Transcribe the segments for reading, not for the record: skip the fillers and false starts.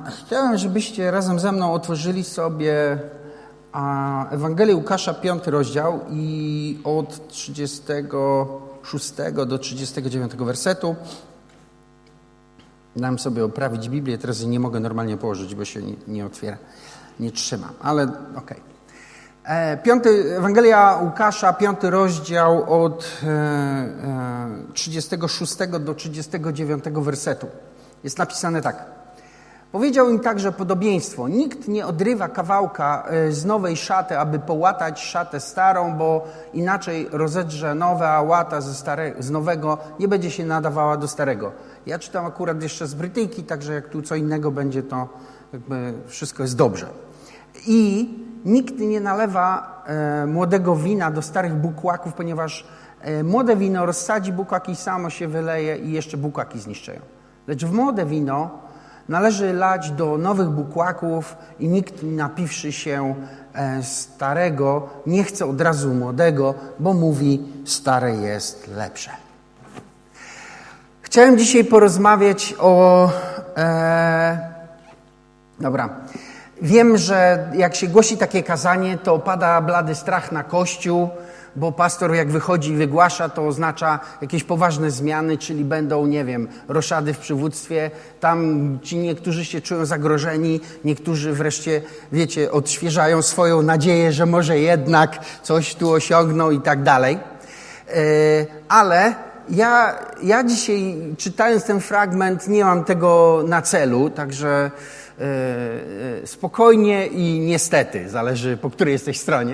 Chciałem, żebyście razem ze mną otworzyli sobie Ewangelię Łukasza, 5 rozdział i od 36 do 39 wersetu. Dałem sobie oprawić Biblię, teraz jej nie mogę normalnie położyć, bo się nie otwiera, nie trzyma, ale okej. Ewangelia Łukasza, 5 rozdział od 36 do 39 wersetu. Jest napisane tak. Powiedział im także podobieństwo. Nikt nie odrywa kawałka z nowej szaty, aby połatać szatę starą, bo inaczej rozedrze nowe, a łata z nowego nie będzie się nadawała do starego. Ja czytam akurat jeszcze z Brytyjki, także jak tu co innego będzie, to jakby wszystko jest dobrze. I nikt nie nalewa młodego wina do starych bukłaków, ponieważ młode wino rozsadzi bukłaki, samo się wyleje i jeszcze bukłaki zniszczają. Lecz w młode wino należy lać do nowych bukłaków i nikt, napiwszy się starego, nie chce od razu młodego, bo mówi, stare jest lepsze. Chciałem dzisiaj porozmawiać o... Wiem, że jak się głosi takie kazanie, to pada blady strach na Kościół, bo pastor jak wychodzi i wygłasza, to oznacza jakieś poważne zmiany, czyli będą, nie wiem, roszady w przywództwie. Tam ci niektórzy się czują zagrożeni, niektórzy wreszcie, wiecie, odświeżają swoją nadzieję, że może jednak coś tu osiągną i tak dalej. Ale ja dzisiaj, czytając ten fragment, nie mam tego na celu, także spokojnie i niestety, zależy po której jesteś stronie.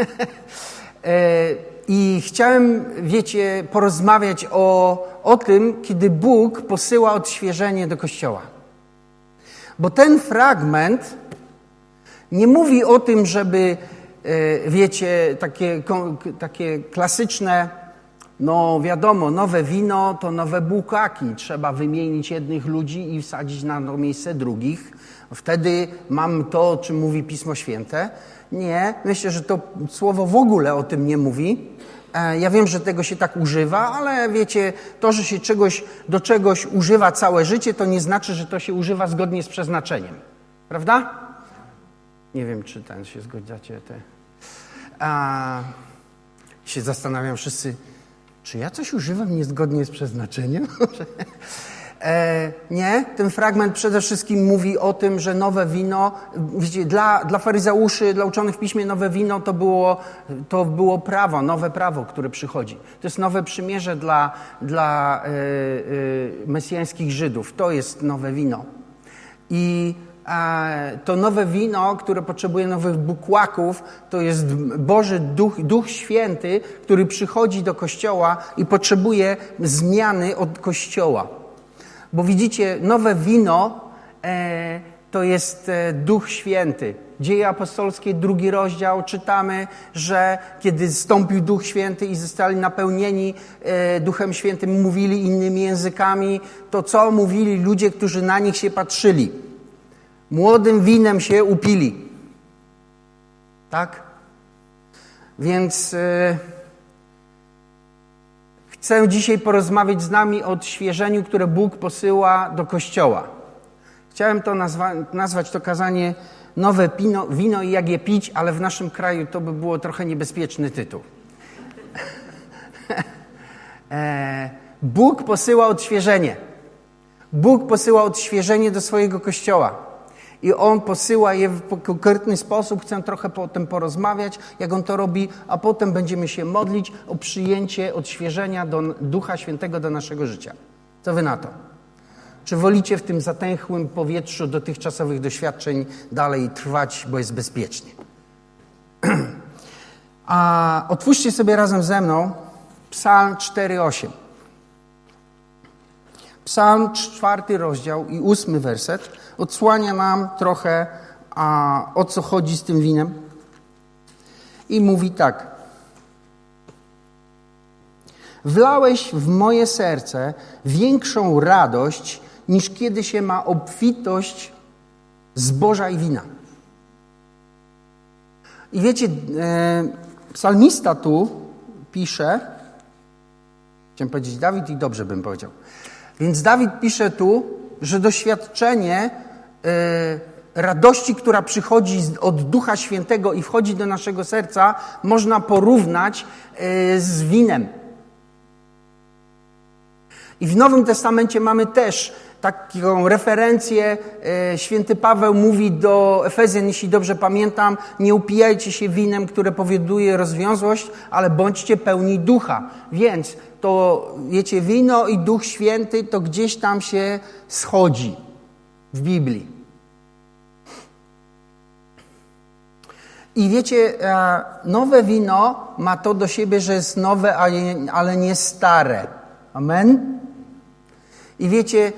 I chciałem, wiecie, porozmawiać o tym, kiedy Bóg posyła odświeżenie do Kościoła. Bo ten fragment nie mówi o tym, żeby, wiecie, takie klasyczne, no wiadomo, nowe wino to nowe bukłaki. Trzeba wymienić jednych ludzi i wsadzić na to miejsce drugich. Wtedy mam to, o czym mówi Pismo Święte. Nie, myślę, że to słowo w ogóle o tym nie mówi. Ja wiem, że tego się tak używa, ale wiecie, to, że się do czegoś używa całe życie, to nie znaczy, że to się używa zgodnie z przeznaczeniem. Prawda? Nie wiem, czy się zgadzacie. Się zastanawiam wszyscy, czy ja coś używam niezgodnie z przeznaczeniem? Nie, ten fragment przede wszystkim mówi o tym, że nowe wino, wiecie, dla faryzeuszy, dla uczonych w piśmie nowe wino to było prawo, nowe prawo, które przychodzi. To jest nowe przymierze dla mesjańskich Żydów. To jest nowe wino. I to nowe wino, które potrzebuje nowych bukłaków, to jest Boży Duch Święty, który przychodzi do Kościoła i potrzebuje zmiany od Kościoła. Bo widzicie, nowe wino to jest Duch Święty. Dzieje apostolskie, 2 rozdział, czytamy, że kiedy zstąpił Duch Święty i zostali napełnieni Duchem Świętym, mówili innymi językami, to co mówili ludzie, którzy na nich się patrzyli? Młodym winem się upili. Tak? Więc chcę dzisiaj porozmawiać z nami o odświeżeniu, które Bóg posyła do Kościoła. Chciałem to nazwać to kazanie Nowe wino i jak je pić, ale w naszym kraju to by było trochę niebezpieczny tytuł. Bóg posyła odświeżenie. Bóg posyła odświeżenie do swojego Kościoła. I On posyła je w konkretny sposób. Chcę trochę o tym porozmawiać, jak On to robi, a potem będziemy się modlić o przyjęcie odświeżenia do Ducha Świętego do naszego życia. Co wy na to? Czy wolicie w tym zatęchłym powietrzu dotychczasowych doświadczeń dalej trwać, bo jest bezpiecznie? A otwórzcie sobie razem ze mną Psalm 4:8. Psalm 4 rozdział i 8 werset odsłania nam trochę, o co chodzi z tym winem. I mówi tak. Wlałeś w moje serce większą radość, niż kiedy się ma obfitość zboża i wina. I wiecie, psalmista tu pisze, chciałem powiedzieć Dawid i dobrze bym powiedział. Więc Dawid pisze tu, że doświadczenie radości, która przychodzi od Ducha Świętego i wchodzi do naszego serca, można porównać z winem. I w Nowym Testamencie mamy też taką referencję. Święty Paweł mówi do Efezjan, jeśli dobrze pamiętam, nie upijajcie się winem, które powoduje rozwiązłość, ale bądźcie pełni Ducha. Więc to, wiecie, wino i Duch Święty to gdzieś tam się schodzi w Biblii. I wiecie, nowe wino ma to do siebie, że jest nowe, ale nie stare. Amen? I wiecie,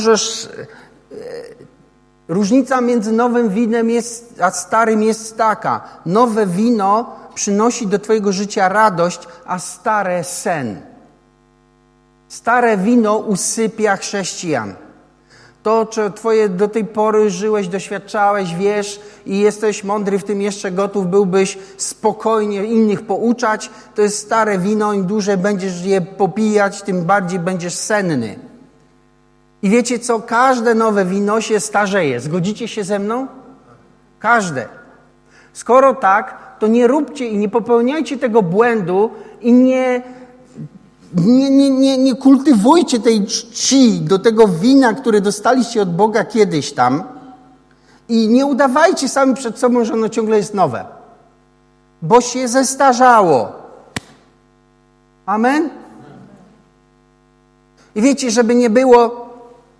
różnica między nowym winem a starym jest taka. Nowe wino przynosi do twojego życia radość, a stare sen. Stare wino usypia chrześcijan. To, co twoje do tej pory żyłeś, doświadczałeś, wiesz i jesteś mądry w tym jeszcze gotów, byłbyś spokojnie innych pouczać, to jest stare wino, im dłużej będziesz je popijać, tym bardziej będziesz senny. I wiecie co? Każde nowe wino się starzeje. Zgodzicie się ze mną? Każde. Skoro tak, to nie róbcie i nie popełniajcie tego błędu i nie kultywujcie tej czci do tego wina, które dostaliście od Boga kiedyś tam i nie udawajcie sami przed sobą, że ono ciągle jest nowe. Bo się zestarzało. Amen? I wiecie, żeby nie było,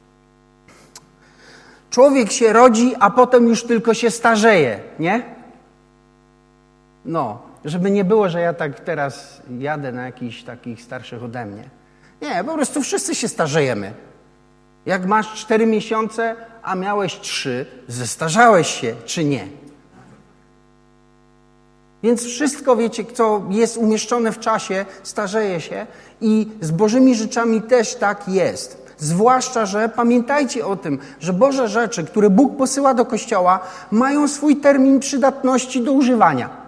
człowiek się rodzi, a potem już tylko się starzeje, nie? No, żeby nie było, że ja tak teraz jadę na jakichś takich starszych ode mnie. Nie, po prostu wszyscy się starzejemy. Jak masz 4 miesiące, a miałeś 3, zestarzałeś się, czy nie? Więc wszystko, wiecie, co jest umieszczone w czasie, starzeje się i z Bożymi rzeczami też tak jest. Zwłaszcza, że pamiętajcie o tym, że Boże rzeczy, które Bóg posyła do Kościoła, mają swój termin przydatności do używania.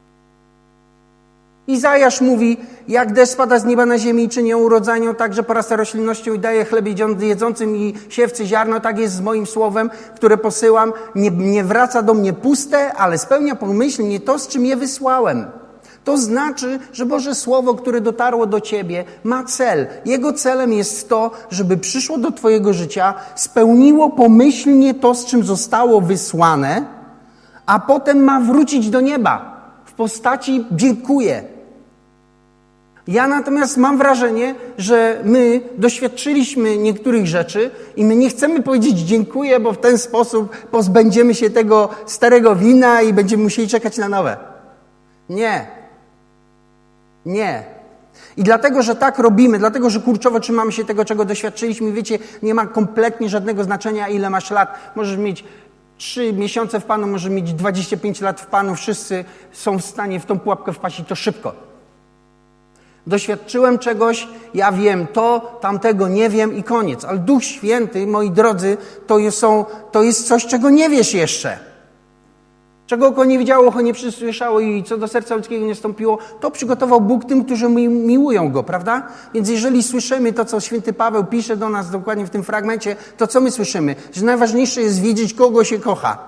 Izajasz mówi, jak deszcz spada z nieba na ziemię i czyni ją urodzanią, tak, że porasta roślinnością i daje chleb jedzącym i siewcy ziarno, tak jest z moim słowem, które posyłam. Nie wraca do mnie puste, ale spełnia pomyślnie to, z czym je wysłałem. To znaczy, że Boże Słowo, które dotarło do ciebie, ma cel. Jego celem jest to, żeby przyszło do twojego życia, spełniło pomyślnie to, z czym zostało wysłane, a potem ma wrócić do nieba w postaci dziękuję. Ja natomiast mam wrażenie, że my doświadczyliśmy niektórych rzeczy i my nie chcemy powiedzieć dziękuję, bo w ten sposób pozbędziemy się tego starego wina i będziemy musieli czekać na nowe. Nie. Nie. I dlatego, że tak robimy, dlatego, że kurczowo trzymamy się tego, czego doświadczyliśmy, wiecie, nie ma kompletnie żadnego znaczenia, ile masz lat. Możesz mieć 3 miesiące w Panu, możesz mieć 25 lat w Panu. Wszyscy są w stanie w tą pułapkę wpaść i to szybko. Doświadczyłem czegoś, ja wiem to, tamtego nie wiem i koniec. Ale Duch Święty, moi drodzy, to jest coś, czego nie wiesz jeszcze. Czego oko nie widziało, ucho nie przysłyszało i co do serca ludzkiego nie stąpiło, to przygotował Bóg tym, którzy miłują Go, prawda? Więc jeżeli słyszymy to, co święty Paweł pisze do nas dokładnie w tym fragmencie, to co my słyszymy? Że najważniejsze jest wiedzieć, kogo się kocha.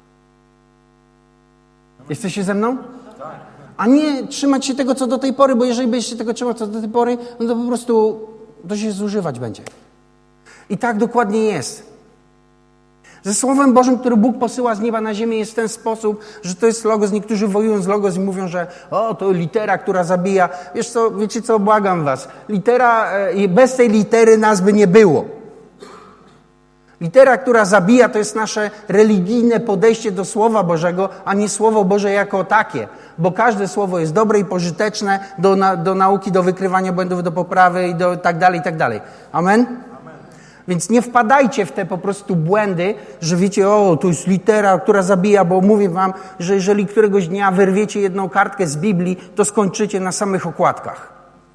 Jesteście ze mną? A nie trzymać się tego, co do tej pory, bo jeżeli będziesz się tego trzymał, co do tej pory, no to po prostu to się zużywać będzie. I tak dokładnie jest. Ze Słowem Bożym, który Bóg posyła z nieba na ziemię, jest w ten sposób, że to jest logos. Niektórzy wojują z logos i mówią, że to litera, która zabija. Wiecie co, błagam was. Bez tej litery nas by nie było. Litera, która zabija, to jest nasze religijne podejście do Słowa Bożego, a nie Słowo Boże jako takie. Bo każde słowo jest dobre i pożyteczne do nauki, do wykrywania błędów, do poprawy i do tak dalej, i tak dalej. Amen? Więc nie wpadajcie w te po prostu błędy, że wiecie, to jest litera, która zabija, bo mówię wam, że jeżeli któregoś dnia wyrwiecie jedną kartkę z Biblii, to skończycie na samych okładkach.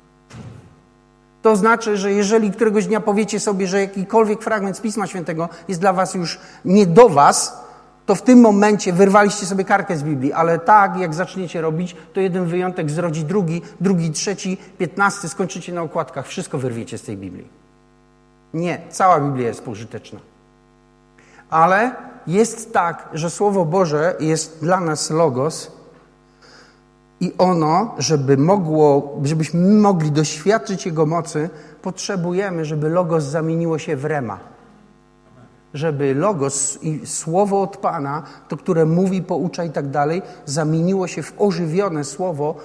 To znaczy, że jeżeli któregoś dnia powiecie sobie, że jakikolwiek fragment z Pisma Świętego jest dla was już nie do was, to w tym momencie wyrwaliście sobie kartkę z Biblii. Ale tak, jak zaczniecie robić, to jeden wyjątek zrodzi drugi, trzeci, 15, skończycie na okładkach. Wszystko wyrwiecie z tej Biblii. Nie, cała Biblia jest pożyteczna. Ale jest tak, że Słowo Boże jest dla nas logos i ono, żebyśmy mogli doświadczyć Jego mocy, potrzebujemy, żeby logos zamieniło się w rema. Żeby logos i słowo od Pana, to które mówi, poucza i tak dalej, zamieniło się w ożywione słowo,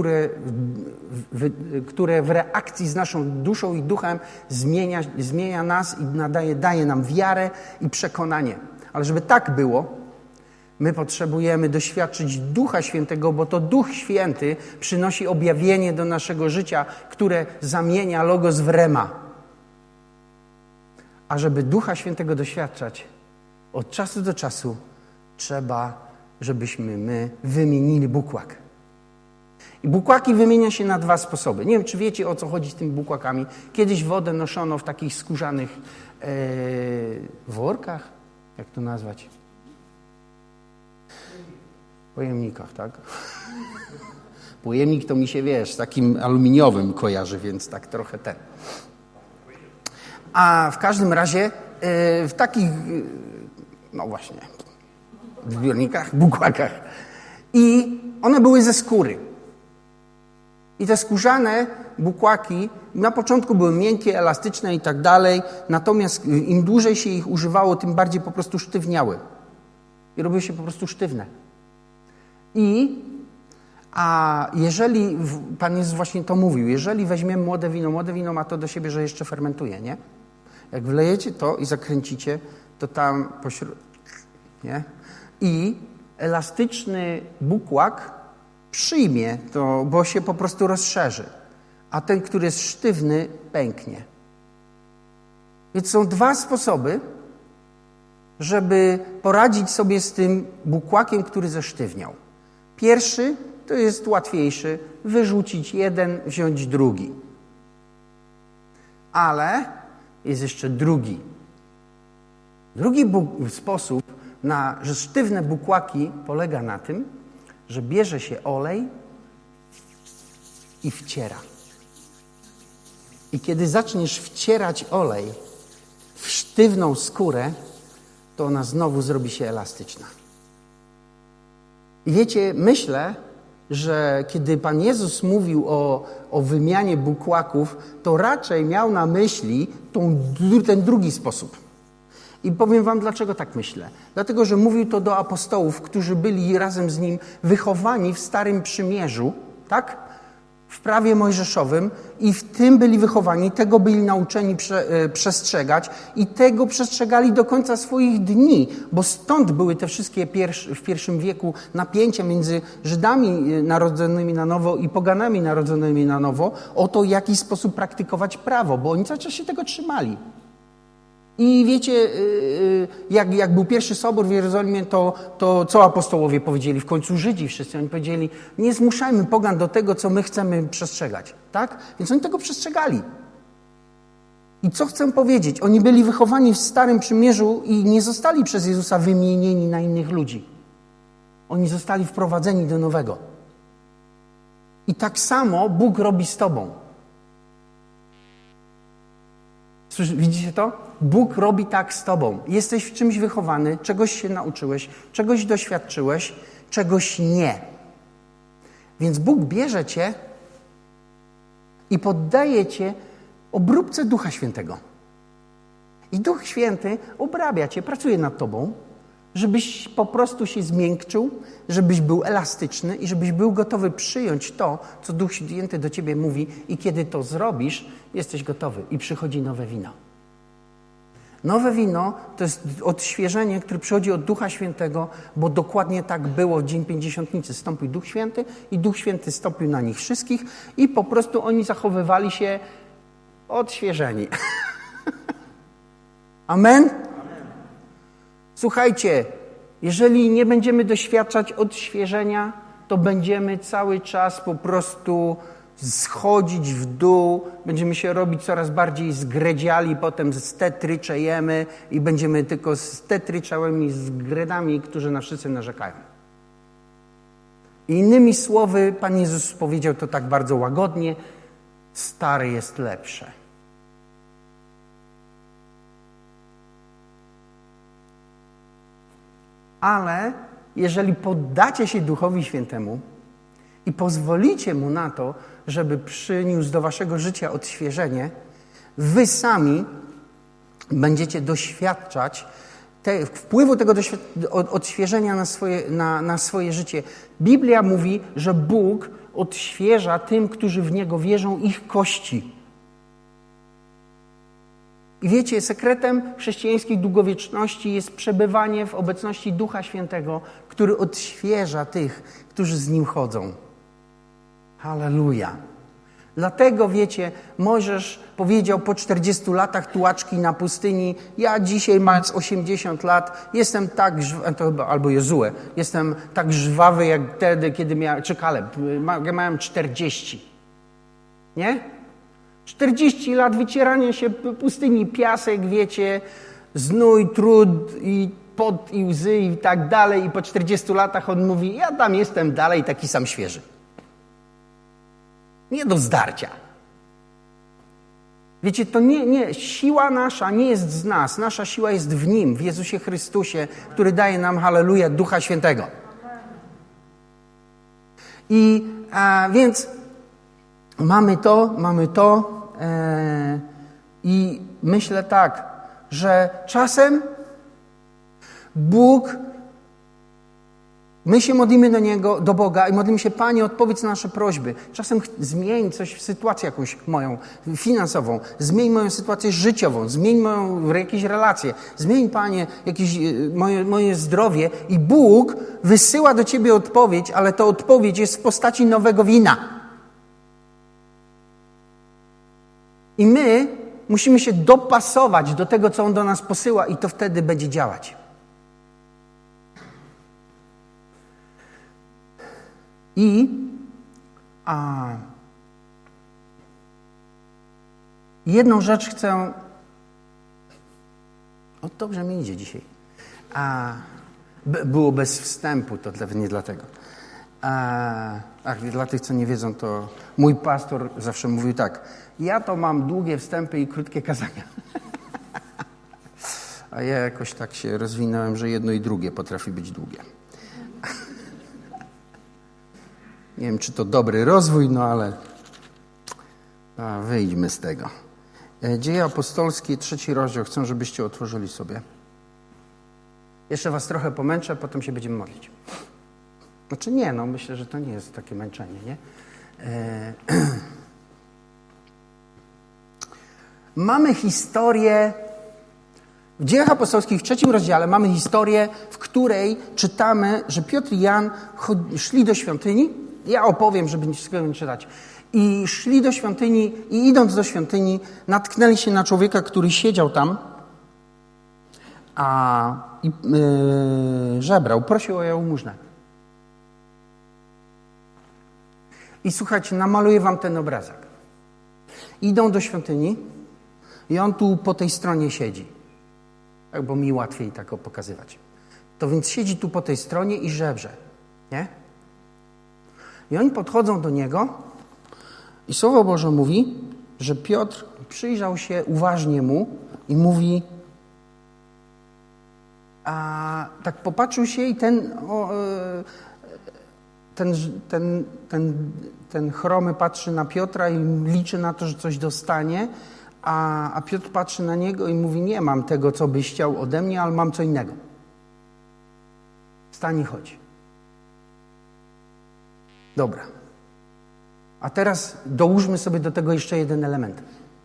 które w reakcji z naszą duszą i duchem zmienia nas i daje nam wiarę i przekonanie. Ale żeby tak było, my potrzebujemy doświadczyć Ducha Świętego, bo to Duch Święty przynosi objawienie do naszego życia, które zamienia logos w rema. A żeby Ducha Świętego doświadczać, od czasu do czasu trzeba, żebyśmy my wymienili bukłak. I bukłaki wymienia się na 2 sposoby. Nie wiem, czy wiecie, o co chodzi z tymi bukłakami. Kiedyś wodę noszono w takich skórzanych workach, jak to nazwać? Pojemnikach, tak? Pojemnik to mi się, wiesz, takim aluminiowym kojarzy, więc tak trochę ten. A w każdym razie w takich, no właśnie, zbiornikach, bukłakach. I one były ze skóry. I te skórzane bukłaki na początku były miękkie, elastyczne i tak dalej, natomiast im dłużej się ich używało, tym bardziej po prostu sztywniały. I robiły się po prostu sztywne. A jeżeli, Pan Jezus właśnie to mówił, jeżeli weźmiemy młode wino ma to do siebie, że jeszcze fermentuje, nie? Jak wlejecie to i zakręcicie, to tam nie? I elastyczny bukłak przyjmie to, bo się po prostu rozszerzy. A ten, który jest sztywny, pęknie. Więc są 2 sposoby, żeby poradzić sobie z tym bukłakiem, który zesztywniał. Pierwszy to jest łatwiejszy, wyrzucić jeden, wziąć drugi. Ale jest jeszcze drugi. Drugi sposób na sztywne bukłaki polega na tym, że bierze się olej i wciera. I kiedy zaczniesz wcierać olej w sztywną skórę, to ona znowu zrobi się elastyczna. I wiecie, myślę, że kiedy Pan Jezus mówił o wymianie bukłaków, to raczej miał na myśli ten drugi sposób. I powiem wam, dlaczego tak myślę. Dlatego, że mówił to do apostołów, którzy byli razem z Nim wychowani w Starym Przymierzu, tak? W prawie mojżeszowym i w tym byli wychowani, tego byli nauczeni przestrzegać i tego przestrzegali do końca swoich dni, bo stąd były te wszystkie w pierwszym wieku napięcia między Żydami narodzonymi na nowo i poganami narodzonymi na nowo o to, w jaki sposób praktykować prawo, bo oni cały czas się tego trzymali. I wiecie, jak był pierwszy sobór w Jerozolimie, to co apostołowie powiedzieli? W końcu Żydzi wszyscy, oni powiedzieli, nie zmuszajmy pogan do tego, co my chcemy przestrzegać. Tak? Więc oni tego przestrzegali. I co chcę powiedzieć? Oni byli wychowani w Starym Przymierzu i nie zostali przez Jezusa wymienieni na innych ludzi. Oni zostali wprowadzeni do nowego. I tak samo Bóg robi z tobą. Widzicie to? Bóg robi tak z tobą. Jesteś w czymś wychowany, czegoś się nauczyłeś, czegoś doświadczyłeś, czegoś nie. Więc Bóg bierze cię i poddaje cię obróbce Ducha Świętego. I Duch Święty obrabia cię, pracuje nad tobą, żebyś po prostu się zmiękczył, żebyś był elastyczny i żebyś był gotowy przyjąć to, co Duch Święty do ciebie mówi i kiedy to zrobisz, jesteś gotowy i przychodzi nowe wino. Nowe wino to jest odświeżenie, które przychodzi od Ducha Świętego, bo dokładnie tak było w Dzień Pięćdziesiątnicy. Stąpił Duch Święty i Duch Święty stąpił na nich wszystkich i po prostu oni zachowywali się odświeżeni. Amen? Słuchajcie, jeżeli nie będziemy doświadczać odświeżenia, to będziemy cały czas po prostu schodzić w dół, będziemy się robić coraz bardziej zgredziali, potem stetryczejemy i będziemy tylko stetryczałymi zgredami, którzy na wszyscy narzekają. I innymi słowy, Pan Jezus powiedział to tak bardzo łagodnie, stare jest lepsze. Ale jeżeli poddacie się Duchowi Świętemu i pozwolicie Mu na to, żeby przyniósł do waszego życia odświeżenie, wy sami będziecie doświadczać wpływu tego odświeżenia na swoje życie. Biblia mówi, że Bóg odświeża tym, którzy w Niego wierzą, ich kości. I wiecie, sekretem chrześcijańskiej długowieczności jest przebywanie w obecności Ducha Świętego, który odświeża tych, którzy z Nim chodzą. Halleluja. Dlatego, wiecie, Mojżesz powiedział po 40 latach tułaczki na pustyni: ja dzisiaj, mając 80 lat, jestem tak albo Jozue, jestem tak żwawy jak wtedy, kiedy miałem, czy Kaleb, miałem 40. Nie? 40 lat wycierania się po pustyni, piasek, wiecie, znój, trud i pot i łzy i tak dalej. I po 40 latach on mówi: ja tam jestem dalej taki sam świeży. Nie do zdarcia. Wiecie, to nie, siła nasza nie jest z nas. Nasza siła jest w Nim, w Jezusie Chrystusie, który daje nam, halleluja, Ducha Świętego. I więc mamy to i myślę tak, że czasem Bóg, my się modlimy do Boga i modlimy się: Panie, odpowiedz na nasze prośby. Czasem zmień coś w sytuację jakąś moją finansową, zmień moją sytuację życiową, zmień jakieś relacje, zmień, Panie, jakieś moje zdrowie i Bóg wysyła do Ciebie odpowiedź, ale ta odpowiedź jest w postaci nowego wina. I my musimy się dopasować do tego, co On do nas posyła i to wtedy będzie działać. I jedną rzecz chcę... dobrze mi idzie dzisiaj. Było bez wstępu, to nie dlatego. Dla tych, co nie wiedzą, to mój pastor zawsze mówił tak: ja to mam długie wstępy i krótkie kazania. A ja jakoś tak się rozwinąłem, że jedno i drugie potrafi być długie. Nie wiem, czy to dobry rozwój, no ale wyjdźmy z tego. Dzieje apostolskie, 3 rozdział. Chcę, żebyście otworzyli sobie. Jeszcze was trochę pomęczę, potem się będziemy modlić. Znaczy nie, myślę, że to nie jest takie męczenie, nie? Mamy historię, w Dziejach Apostolskich w 3 rozdziale mamy historię, w której czytamy, że Piotr i Jan szli do świątyni. Ja opowiem, żeby niczego nie czytać. I szli do świątyni i idąc do świątyni natknęli się na człowieka, który siedział tam i żebrał, prosił o jałmużnę. I słuchajcie, namaluję wam ten obrazek. Idą do świątyni i on tu po tej stronie siedzi. Tak, bo mi łatwiej tak pokazywać. To więc siedzi tu po tej stronie i żebrze. Nie? I oni podchodzą do niego i Słowo Boże mówi, że Piotr przyjrzał się uważnie mu i mówi, tak popatrzył się i ten chromy patrzy na Piotra i liczy na to, że coś dostanie, a Piotr patrzy na niego i mówi: nie mam tego, co byś chciał ode mnie, ale mam co innego. Wstań i chodź. Dobra. A teraz dołóżmy sobie do tego jeszcze jeden element.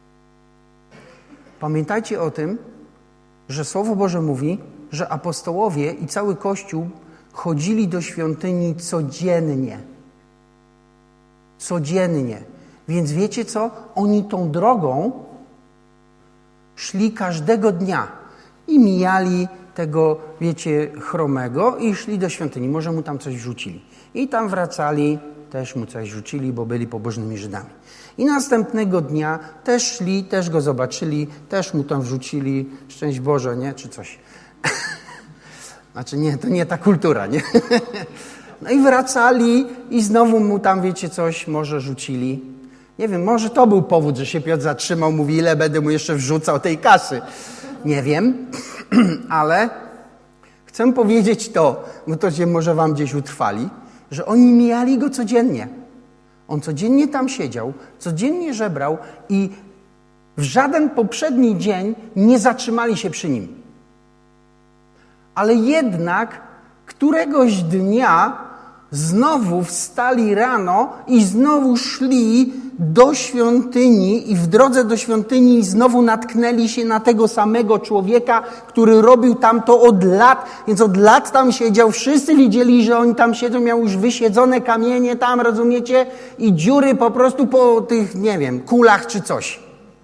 Pamiętajcie o tym, że Słowo Boże mówi, że apostołowie i cały Kościół chodzili do świątyni codziennie. Codziennie. Więc wiecie co? Oni tą drogą szli każdego dnia i mijali tego, wiecie, chromego i szli do świątyni. Może mu tam coś wrzucili. I tam wracali, też mu coś rzucili, bo byli pobożnymi Żydami. I następnego dnia też szli, też go zobaczyli, też mu tam wrzucili, szczęść Boże, nie? Czy coś. Znaczy nie, to nie ta kultura, nie? No i wracali i znowu mu tam, wiecie, coś może rzucili. Nie wiem, może to był powód, że się Piotr zatrzymał, mówi: ile będę mu jeszcze wrzucał tej kasy. Nie wiem, ale Chcę powiedzieć to, bo to się może wam gdzieś utrwali, że oni mijali go codziennie. On codziennie tam siedział, codziennie żebrał i w żaden poprzedni dzień nie zatrzymali się przy nim. Ale jednak któregoś dnia znowu wstali rano i znowu szli do świątyni i w drodze do świątyni znowu natknęli się na tego samego człowieka, który robił tam to od lat, więc od lat tam siedział. Wszyscy widzieli, że on tam siedzą, miał już wysiedzone kamienie tam, rozumiecie? I dziury po prostu po tych, nie wiem, kulach czy coś.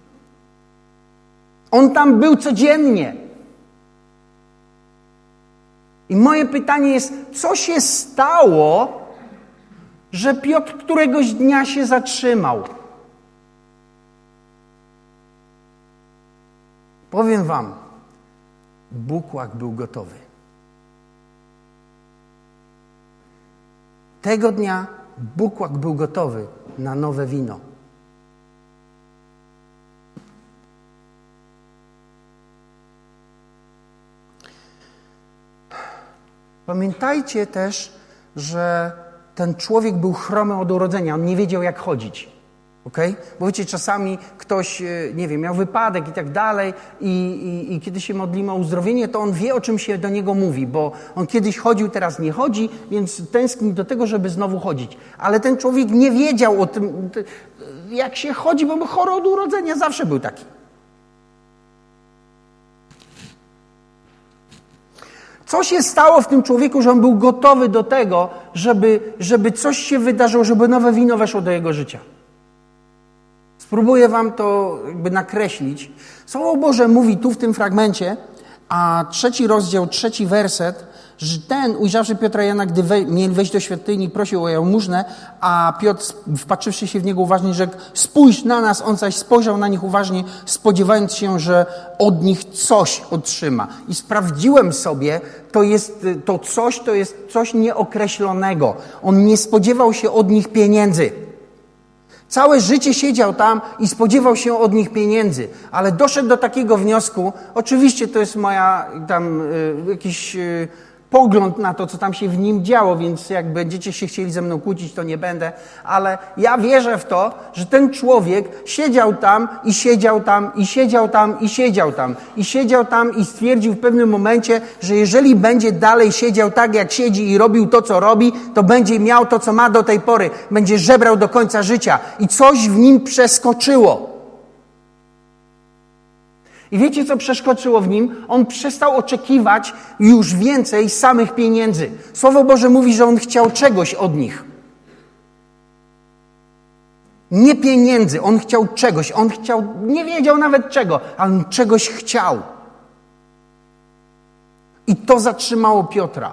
On tam był codziennie. I moje pytanie jest, co się stało, że Piotr któregoś dnia się zatrzymał? Powiem wam, bukłak był gotowy. Tego dnia bukłak był gotowy na nowe wino. Pamiętajcie też, że ten człowiek był chromy od urodzenia. On nie wiedział, jak chodzić. Okay? Bo wiecie, czasami ktoś, nie wiem, miał wypadek i tak dalej i kiedy się modlimy o uzdrowienie, to on wie, o czym się do niego mówi, bo on kiedyś chodził, teraz nie chodzi, więc tęskni do tego, żeby znowu chodzić. Ale ten człowiek nie wiedział o tym, jak się chodzi, bo był chory od urodzenia, zawsze był taki. Co się stało w tym człowieku, że on był gotowy do tego, żeby coś się wydarzyło, żeby nowe wino weszło do jego życia? Spróbuję wam to jakby nakreślić. Słowo Boże mówi tu w tym fragmencie, a 3 rozdział, 3 werset, że ten, ujrzawszy Piotra i Jana, gdy mieli wejść do świątyni, prosił o jałmużnę, a Piotr, wpatrzywszy się w niego uważnie, rzekł: spójrz na nas. On zaś spojrzał na nich uważnie, spodziewając się, że od nich coś otrzyma. I sprawdziłem sobie, to jest coś nieokreślonego. On nie spodziewał się od nich pieniędzy. Całe życie siedział tam i spodziewał się od nich pieniędzy, ale doszedł do takiego wniosku, oczywiście to jest moja tam jakiś pogląd na to, co tam się w nim działo, więc jak będziecie się chcieli ze mną kłócić, to nie będę, ale ja wierzę w to, że ten człowiek siedział tam i siedział tam i siedział tam i siedział tam i siedział tam i stwierdził w pewnym momencie, że jeżeli będzie dalej siedział tak, jak siedzi i robił to, co robi, to będzie miał to, co ma do tej pory, będzie żebrał do końca życia i coś w nim przeskoczyło. I wiecie, co przeskoczyło w nim? On przestał oczekiwać już więcej samych pieniędzy. Słowo Boże mówi, że on chciał czegoś od nich. Nie pieniędzy, on chciał czegoś. On chciał, nie wiedział nawet czego, ale on czegoś chciał. I to zatrzymało Piotra.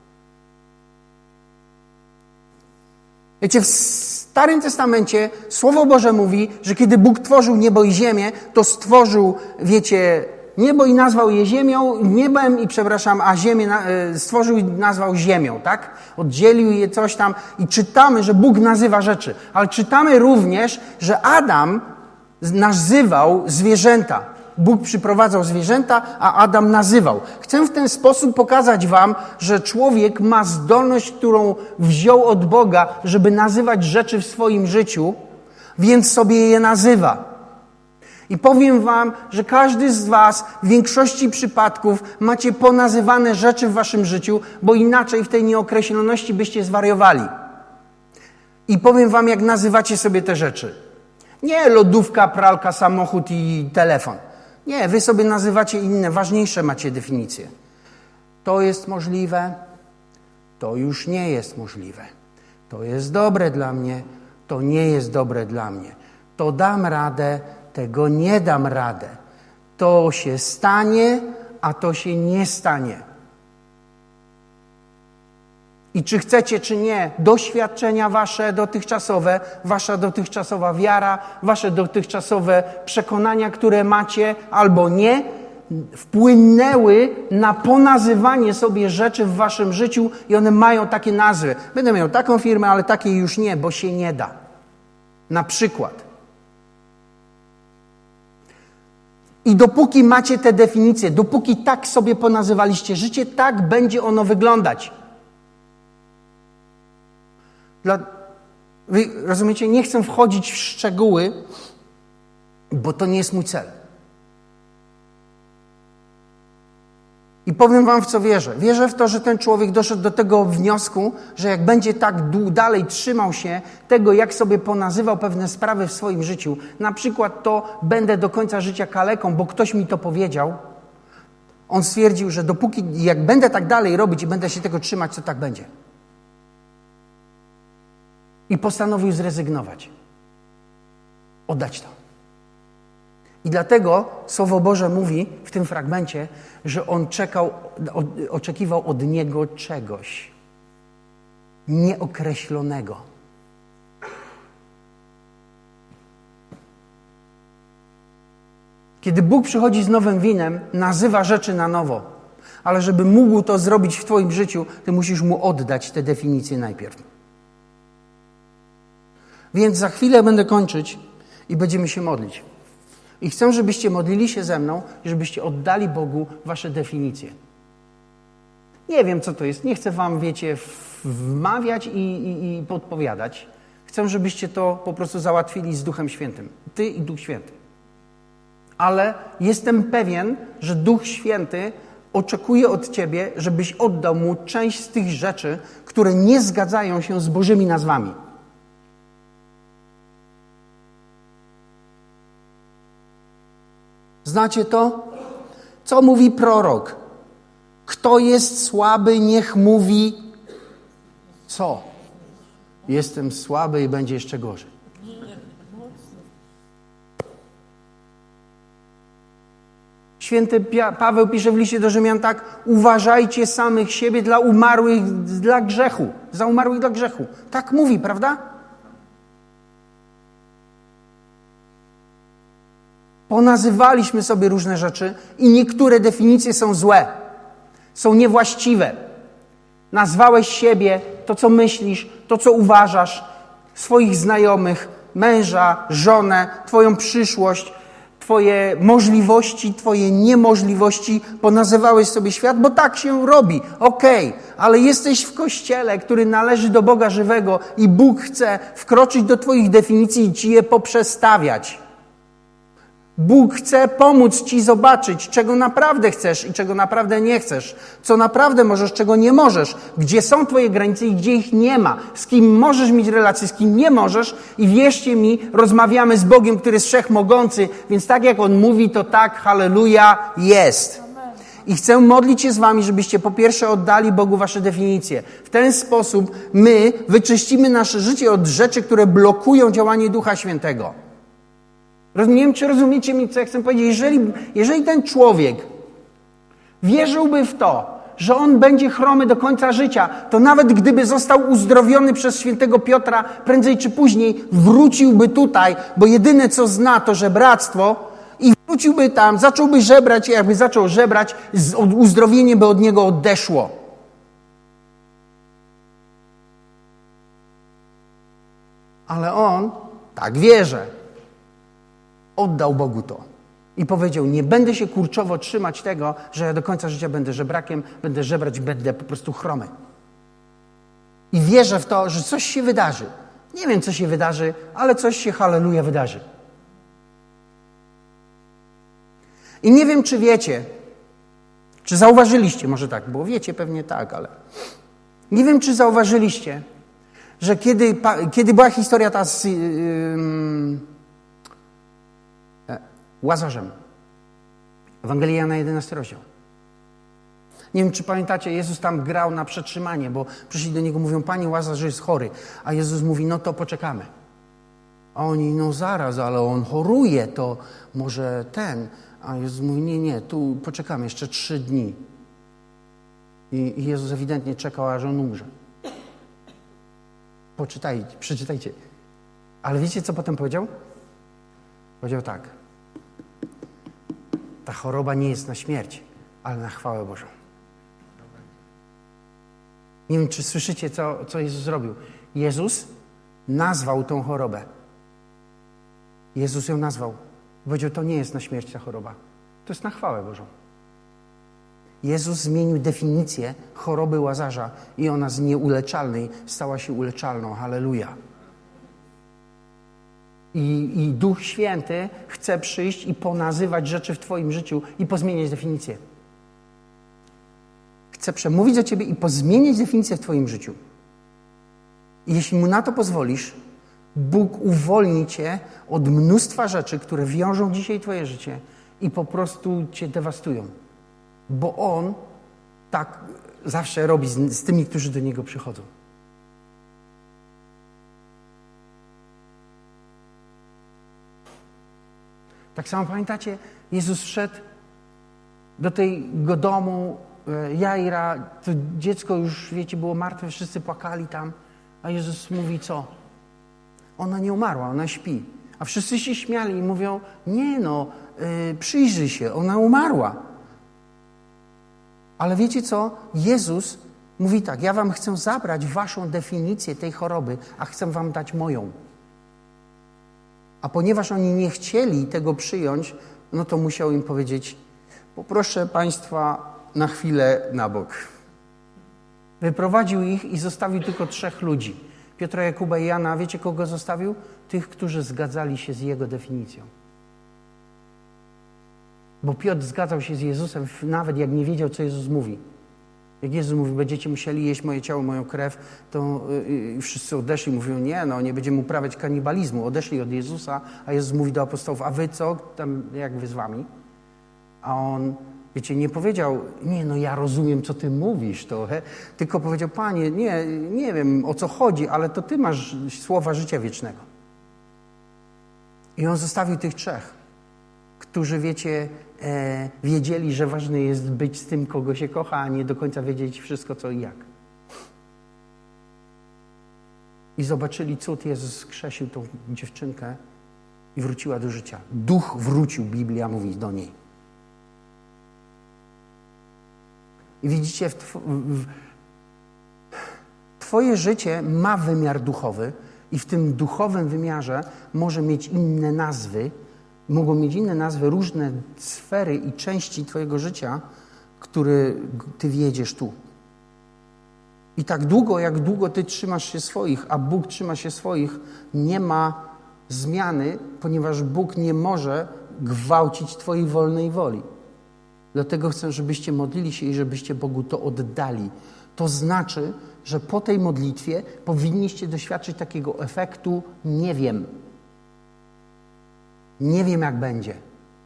Wiecie, w Starym Testamencie Słowo Boże mówi, że kiedy Bóg tworzył niebo i ziemię, to stworzył, wiecie, niebo i nazwał je ziemią, niebem i a ziemię stworzył i nazwał ziemią, tak? Oddzielił je coś tam i czytamy, że Bóg nazywa rzeczy. Ale czytamy również, że Adam nazywał zwierzęta. Bóg przyprowadzał zwierzęta, a Adam nazywał. Chcę w ten sposób pokazać wam, że człowiek ma zdolność, którą wziął od Boga, żeby nazywać rzeczy w swoim życiu, więc sobie je nazywa. I powiem wam, że każdy z was w większości przypadków macie ponazywane rzeczy w waszym życiu, bo inaczej w tej nieokreśloności byście zwariowali. I powiem wam, jak nazywacie sobie te rzeczy. Nie lodówka, pralka, samochód i telefon. Nie, wy sobie nazywacie inne, ważniejsze macie definicje. To jest możliwe, to już nie jest możliwe. To jest dobre dla mnie, to nie jest dobre dla mnie. To dam radę, tego nie dam radę. To się stanie, a to się nie stanie. I czy chcecie, czy nie, doświadczenia wasze dotychczasowe, wasza dotychczasowa wiara, wasze dotychczasowe przekonania, które macie albo nie, wpłynęły na ponazywanie sobie rzeczy w waszym życiu i one mają takie nazwy. Będę miał taką firmę, ale takiej już nie, bo się nie da. Na przykład. I dopóki macie te definicje, dopóki tak sobie ponazywaliście życie, tak będzie ono wyglądać. Wy rozumiecie, nie chcę wchodzić w szczegóły, bo to nie jest mój cel. I powiem wam, w co wierzę. Wierzę w to, że ten człowiek doszedł do tego wniosku, że jak będzie tak dalej trzymał się tego, jak sobie ponazywał pewne sprawy w swoim życiu, na przykład to będę do końca życia kaleką, bo ktoś mi to powiedział, on stwierdził, że dopóki, jak będę tak dalej robić i będę się tego trzymać, to tak będzie. I postanowił zrezygnować. Oddać to. I dlatego Słowo Boże mówi w tym fragmencie, że on oczekiwał od niego czegoś nieokreślonego. Kiedy Bóg przychodzi z nowym winem, nazywa rzeczy na nowo. Ale żeby mógł to zrobić w twoim życiu, ty musisz mu oddać te definicje najpierw. Więc za chwilę będę kończyć i będziemy się modlić. I chcę, żebyście modlili się ze mną i żebyście oddali Bogu wasze definicje. Nie wiem, co to jest. Nie chcę wam, wiecie, wmawiać i podpowiadać. Chcę, żebyście to po prostu załatwili z Duchem Świętym. Ty i Duch Święty. Ale jestem pewien, że Duch Święty oczekuje od ciebie, żebyś oddał mu część z tych rzeczy, które nie zgadzają się z Bożymi nazwami. Znacie to? Co mówi prorok? Kto jest słaby, niech mówi co? Jestem słaby i będzie jeszcze gorzej. Święty Paweł pisze w liście do Rzymian tak: uważajcie samych siebie dla umarłych dla grzechu. Za umarłych dla grzechu. Tak mówi, prawda? Ponazywaliśmy sobie różne rzeczy i niektóre definicje są złe. Są niewłaściwe. Nazwałeś siebie, to co myślisz, to co uważasz, swoich znajomych, męża, żonę, twoją przyszłość, twoje możliwości, twoje niemożliwości. Ponazywałeś sobie świat, bo tak się robi. Okej, ale jesteś w kościele, który należy do Boga żywego i Bóg chce wkroczyć do twoich definicji i ci je poprzestawiać. Bóg chce pomóc ci zobaczyć, czego naprawdę chcesz i czego naprawdę nie chcesz. Co naprawdę możesz, czego nie możesz. Gdzie są twoje granice i gdzie ich nie ma. Z kim możesz mieć relacje, z kim nie możesz. I wierzcie mi, rozmawiamy z Bogiem, który jest wszechmogący. Więc tak jak On mówi, to tak, halleluja, jest. I chcę modlić się z wami, żebyście po pierwsze oddali Bogu wasze definicje. W ten sposób my wyczyścimy nasze życie od rzeczy, które blokują działanie Ducha Świętego. Nie wiem, czy rozumiecie mi, co ja chcę powiedzieć. Jeżeli ten człowiek wierzyłby w to, że on będzie chromy do końca życia, to nawet gdyby został uzdrowiony przez świętego Piotra, prędzej czy później wróciłby tutaj, bo jedyne co zna to żebractwo i wróciłby tam, zacząłby żebrać i jakby zaczął żebrać, uzdrowienie by od niego odeszło. Ale on tak wierzy. Oddał Bogu to. I powiedział, nie będę się kurczowo trzymać tego, że ja do końca życia będę żebrakiem, będę żebrać, będę po prostu chromy. I wierzę w to, że coś się wydarzy. Nie wiem, co się wydarzy, ale coś się, halleluja, wydarzy. I nie wiem, czy wiecie, czy zauważyliście, może tak, bo wiecie pewnie tak, ale nie wiem, czy zauważyliście, że kiedy była historia ta z Łazarzem. Ewangelia Jana 11 rozdział. Nie wiem, czy pamiętacie, Jezus tam grał na przetrzymanie, bo przyszli do Niego, mówią, Panie, Łazarz jest chory. A Jezus mówi, no to poczekamy. A oni, no zaraz, ale on choruje, to może ten. A Jezus mówi, nie, tu poczekamy jeszcze 3 dni. I Jezus ewidentnie czekał, aż on umrze. Przeczytajcie. Ale wiecie, co potem powiedział? Powiedział tak. Ta choroba nie jest na śmierć, ale na chwałę Bożą. Nie wiem, czy słyszycie, co Jezus zrobił. Jezus nazwał tą chorobę. Jezus ją nazwał. Powiedział, to nie jest na śmierć ta choroba. To jest na chwałę Bożą. Jezus zmienił definicję choroby Łazarza i ona z nieuleczalnej stała się uleczalną. Halleluja. I Duch Święty chce przyjść i ponazywać rzeczy w twoim życiu i pozmieniać definicję. Chce przemówić do ciebie i pozmieniać definicję w twoim życiu. I jeśli Mu na to pozwolisz, Bóg uwolni cię od mnóstwa rzeczy, które wiążą dzisiaj twoje życie i po prostu cię dewastują. Bo On tak zawsze robi z tymi, którzy do Niego przychodzą. Tak samo pamiętacie, Jezus wszedł do tego domu Jaira, to dziecko już, wiecie, było martwe, wszyscy płakali tam, a Jezus mówi co? Ona nie umarła, ona śpi. A wszyscy się śmiali i mówią, nie no, przyjrzyj się, ona umarła. Ale wiecie co? Jezus mówi tak, ja wam chcę zabrać waszą definicję tej choroby, a chcę wam dać moją. A ponieważ oni nie chcieli tego przyjąć, no to musiał im powiedzieć, poproszę państwa na chwilę na bok. Wyprowadził ich i zostawił tylko 3 ludzi. Piotra, Jakuba i Jana. Wiecie, kogo zostawił? Tych, którzy zgadzali się z jego definicją. Bo Piotr zgadzał się z Jezusem, nawet jak nie wiedział, co Jezus mówi. Jak Jezus mówi, będziecie musieli jeść moje ciało, moją krew, to wszyscy odeszli, mówią, nie będziemy uprawiać kanibalizmu. Odeszli od Jezusa, a Jezus mówi do apostołów, a wy co? Tam jak wy z wami? A on, wiecie, nie powiedział, ja rozumiem, co ty mówisz, tylko powiedział, Panie, nie wiem, o co chodzi, ale to ty masz słowa życia wiecznego. I on zostawił tych 3, którzy, wiecie, wiedzieli, że ważne jest być z tym, kogo się kocha, a nie do końca wiedzieć wszystko, co i jak. I zobaczyli cud, Jezus skrzesił tą dziewczynkę i wróciła do życia. Duch wrócił, Biblia mówi do niej. I widzicie, twoje życie ma wymiar duchowy i w tym duchowym wymiarze może mieć inne nazwy, mogą mieć inne nazwy różne sfery i części twojego życia, które ty wiedziesz tu. I tak długo, jak długo ty trzymasz się swoich, a Bóg trzyma się swoich, nie ma zmiany, ponieważ Bóg nie może gwałcić twojej wolnej woli. Dlatego chcę, żebyście modlili się i żebyście Bogu to oddali. To znaczy, że po tej modlitwie powinniście doświadczyć takiego efektu nie wiem. Nie wiem, jak będzie.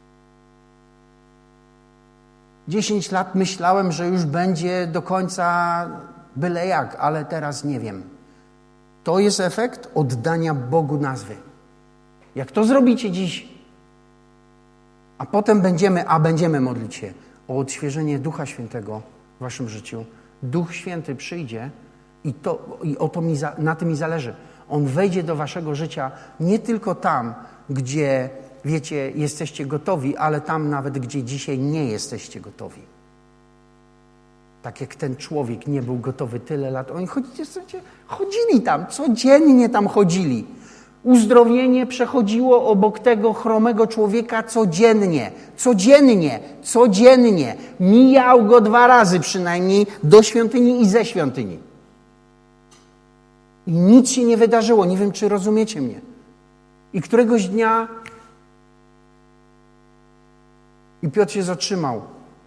10 lat myślałem, że już będzie do końca byle jak, ale teraz nie wiem. To jest efekt oddania Bogu nazwy. Jak to zrobicie dziś, a potem będziemy modlić się o odświeżenie Ducha Świętego w waszym życiu. Duch Święty przyjdzie na tym mi zależy. On wejdzie do waszego życia nie tylko tam, gdzie, wiecie, jesteście gotowi, ale tam nawet, gdzie dzisiaj nie jesteście gotowi. Tak jak ten człowiek nie był gotowy tyle lat. Oni chodzili tam, codziennie tam chodzili. Uzdrowienie przechodziło obok tego chromego człowieka codziennie. Mijał go 2 razy przynajmniej do świątyni i ze świątyni. I nic się nie wydarzyło. Nie wiem, czy rozumiecie mnie. I któregoś dnia i Piotr się zatrzymał.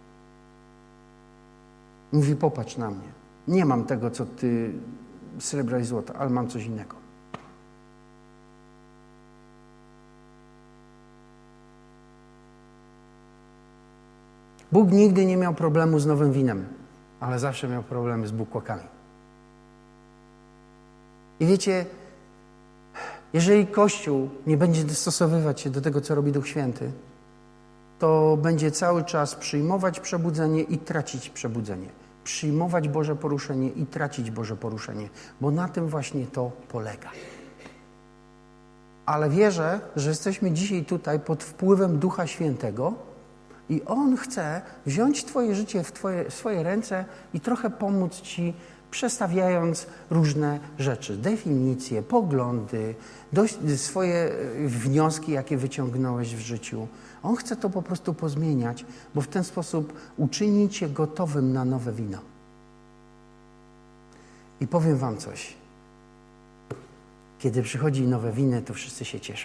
Mówi, popatrz na mnie. Nie mam tego, co ty, srebra i złota, ale mam coś innego. Bóg nigdy nie miał problemu z nowym winem, ale zawsze miał problemy z bukłakami. I wiecie, jeżeli Kościół nie będzie dostosowywać się do tego, co robi Duch Święty, to będzie cały czas przyjmować przebudzenie i tracić przebudzenie. Przyjmować Boże poruszenie i tracić Boże poruszenie, bo na tym właśnie to polega. Ale wierzę, że jesteśmy dzisiaj tutaj pod wpływem Ducha Świętego i On chce wziąć twoje życie w swoje ręce i trochę pomóc ci przestawiając różne rzeczy, definicje, poglądy, swoje wnioski, jakie wyciągnąłeś w życiu. On chce to po prostu pozmieniać, bo w ten sposób uczyni cię gotowym na nowe wino. I powiem wam coś. Kiedy przychodzi nowe wino, to wszyscy się cieszą.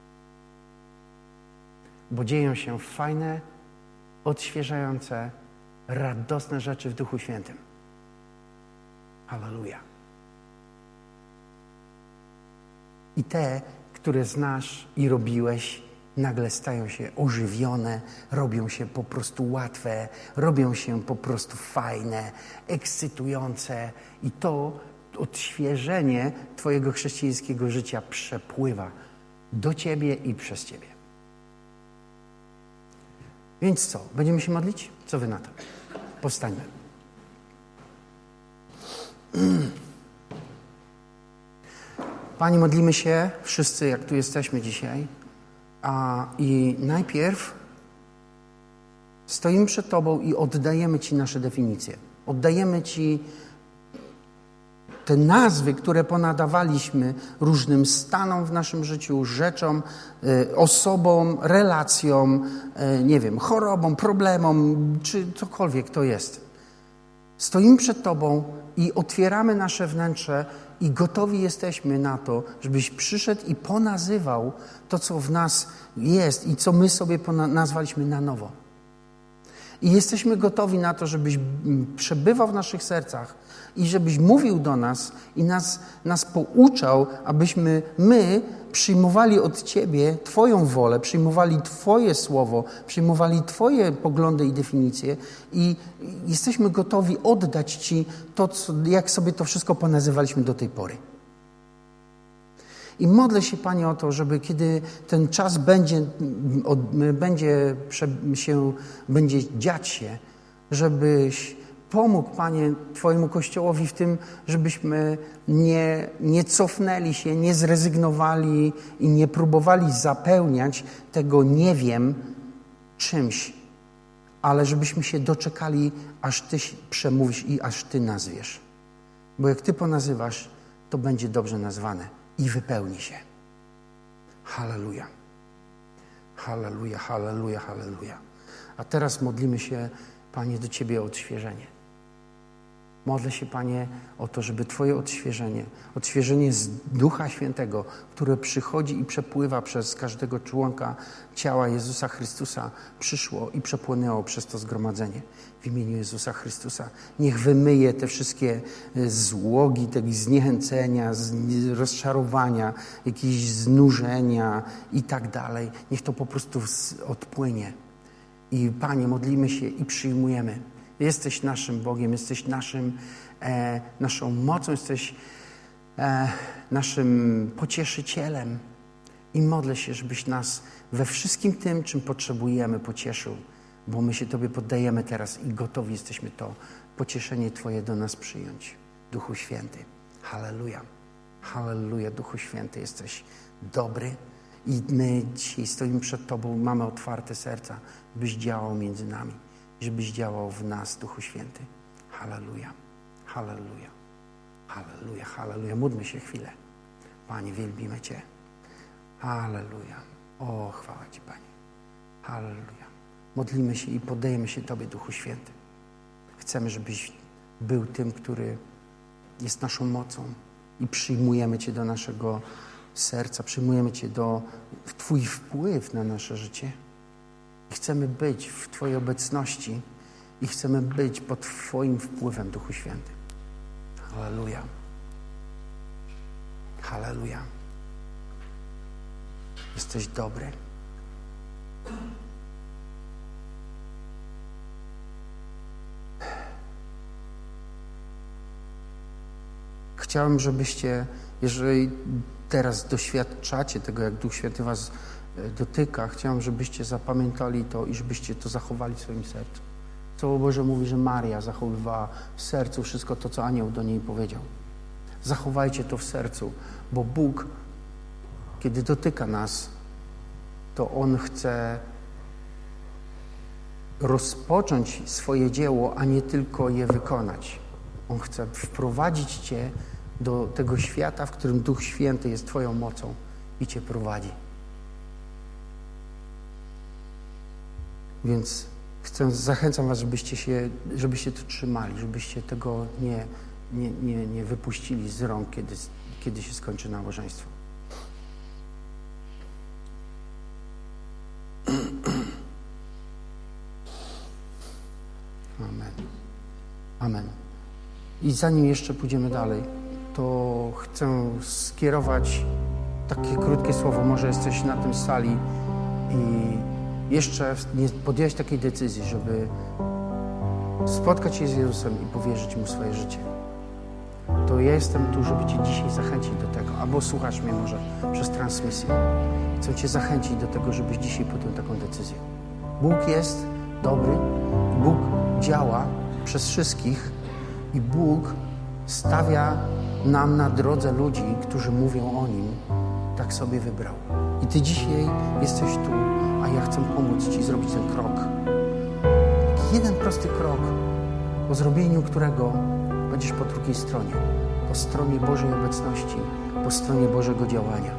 Bo dzieją się fajne, odświeżające, radosne rzeczy w Duchu Świętym. Halleluja. I te, które znasz i robiłeś, nagle stają się ożywione, robią się po prostu łatwe, robią się po prostu fajne, ekscytujące i to odświeżenie twojego chrześcijańskiego życia przepływa do ciebie i przez ciebie. Więc co? Będziemy się modlić? Co wy na to? Powstańmy. Panie, modlimy się wszyscy, jak tu jesteśmy dzisiaj. I najpierw stoimy przed Tobą i oddajemy Ci nasze definicje. Oddajemy Ci te nazwy, które ponadawaliśmy różnym stanom w naszym życiu, rzeczom, osobom, relacjom, nie wiem, chorobom, problemom, czy cokolwiek to jest. Stoimy przed Tobą i otwieramy nasze wnętrze i gotowi jesteśmy na to, żebyś przyszedł i ponazywał to, co w nas jest i co my sobie nazwaliśmy na nowo. I jesteśmy gotowi na to, żebyś przebywał w naszych sercach i żebyś mówił do nas i nas pouczał, abyśmy my przyjmowali od Ciebie Twoją wolę, przyjmowali Twoje słowo, przyjmowali Twoje poglądy i definicje i jesteśmy gotowi oddać Ci to, jak sobie to wszystko ponazywaliśmy do tej pory. I modlę się, Panie, o to, żeby kiedy ten czas będzie dziać się, żebyś pomógł, Panie, Twojemu Kościołowi w tym, żebyśmy nie cofnęli się, nie zrezygnowali i nie próbowali zapełniać tego nie wiem czymś, ale żebyśmy się doczekali, aż Ty przemówisz i aż Ty nazwiesz. Bo jak Ty ponazywasz, to będzie dobrze nazwane i wypełni się. Halleluja. Halleluja, halleluja, halleluja. A teraz modlimy się, Panie, do Ciebie o odświeżenie. Modlę się, Panie, o to, żeby Twoje odświeżenie z Ducha Świętego, które przychodzi i przepływa przez każdego członka ciała Jezusa Chrystusa, przyszło i przepłynęło przez to zgromadzenie. W imieniu Jezusa Chrystusa. Niech wymyje te wszystkie złogi, te zniechęcenia, rozczarowania, jakieś znużenia i tak dalej. Niech to po prostu odpłynie. I Panie, modlimy się i przyjmujemy. Jesteś naszym Bogiem, jesteś naszą mocą, jesteś naszym pocieszycielem. I modlę się, żebyś nas we wszystkim tym, czym potrzebujemy, pocieszył, bo my się Tobie poddajemy teraz i gotowi jesteśmy to pocieszenie Twoje do nas przyjąć. Duchu Święty, halleluja, halleluja, Duchu Święty, jesteś dobry i my dzisiaj stoimy przed Tobą, mamy otwarte serca, byś działał między nami, żebyś działał w nas, Duchu Święty. Halleluja, halleluja, halleluja, halleluja. Módlmy się chwilę. Panie, wielbimy Cię. Halleluja. O, chwała Ci, Panie. Halleluja. Modlimy się i poddajemy się Tobie, Duchu Święty. Chcemy, żebyś był tym, który jest naszą mocą i przyjmujemy Cię do naszego serca, przyjmujemy Cię w Twój wpływ na nasze życie. I chcemy być w Twojej obecności i chcemy być pod Twoim wpływem, Duchu Święty. Halleluja. Halleluja. Jesteś dobry. Chciałem, żebyście, jeżeli teraz doświadczacie tego, jak Duch Święty was dotyka, chciałem, żebyście zapamiętali to i żebyście to zachowali w swoim sercu. Słowo Boże mówi, że Maria zachowywała w sercu wszystko to, co anioł do niej powiedział. Zachowajcie to w sercu, bo Bóg, kiedy dotyka nas, to On chce rozpocząć swoje dzieło, a nie tylko je wykonać. On chce wprowadzić Cię do tego świata, w którym Duch Święty jest Twoją mocą i Cię prowadzi. Więc zachęcam Was, żebyście to trzymali, żebyście tego nie wypuścili z rąk, kiedy się skończy nabożeństwo. Amen. Amen. I zanim jeszcze pójdziemy dalej, to chcę skierować takie krótkie słowo. Może jesteś na tym sali i jeszcze nie podjąłeś takiej decyzji, żeby spotkać się z Jezusem i powierzyć Mu swoje życie. To ja jestem tu, żeby Cię dzisiaj zachęcić do tego. Albo słuchasz mnie może przez transmisję. Chcę Cię zachęcić do tego, żebyś dzisiaj podjął taką decyzję. Bóg jest dobry i Bóg działa przez wszystkich i Bóg stawia nam na drodze ludzi, którzy mówią o Nim, tak sobie wybrał. I Ty dzisiaj jesteś tu, a ja chcę pomóc Ci zrobić ten krok. Taki jeden prosty krok, po zrobieniu którego będziesz po drugiej stronie. Po stronie Bożej obecności, po stronie Bożego działania.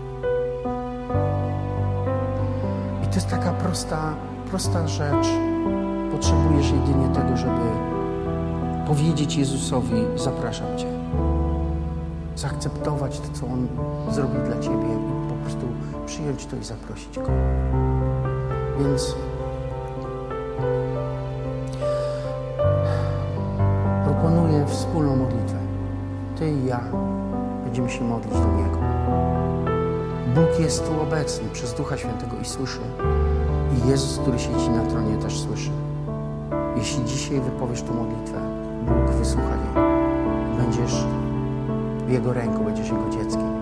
I to jest taka prosta rzecz. Potrzebujesz jedynie tego, żeby powiedzieć Jezusowi: zapraszam Cię. Zaakceptować to, co On zrobił dla Ciebie i po prostu przyjąć to i zaprosić Go. Więc proponuję wspólną modlitwę. Ty i ja będziemy się modlić do Niego. Bóg jest tu obecny przez Ducha Świętego i słyszy. I Jezus, który siedzi na tronie, też słyszy. Jeśli dzisiaj wypowiesz tę modlitwę, Bóg wysłucha jej. Będziesz w Jego ręku, będziesz Jego dzieckiem.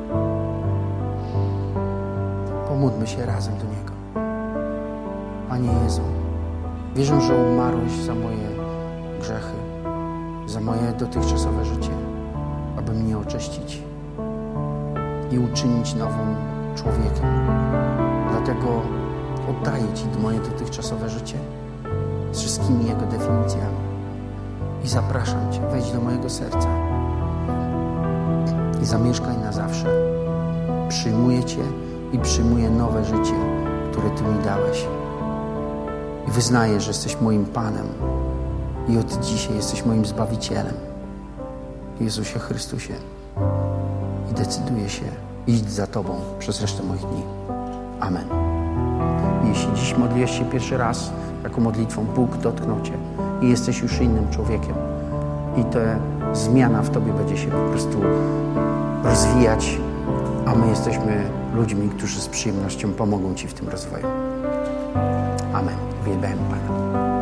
Pomódlmy się razem do Niego. Panie Jezu, wierzę, że umarłeś za moje grzechy, za moje dotychczasowe życie, aby mnie oczyścić i uczynić nowym człowiekiem. Dlatego oddaję Ci moje dotychczasowe życie z wszystkimi jego definicjami i zapraszam Cię, wejdź do mojego serca i zamieszkaj na zawsze. Przyjmuję Cię i przyjmuję nowe życie, które Ty mi dałeś. I wyznaję, że jesteś moim Panem i od dzisiaj jesteś moim Zbawicielem. Jezusie Chrystusie. I decyduję się iść za Tobą przez resztę moich dni. Amen. Jeśli dziś modliłeś się pierwszy raz taką modlitwą, Bóg dotknął Cię i jesteś już innym człowiekiem i ta zmiana w Tobie będzie się po prostu rozwijać, a my jesteśmy ludźmi, którzy z przyjemnością pomogą Ci w tym rozwoju. Amen. Uwielbiam Pana.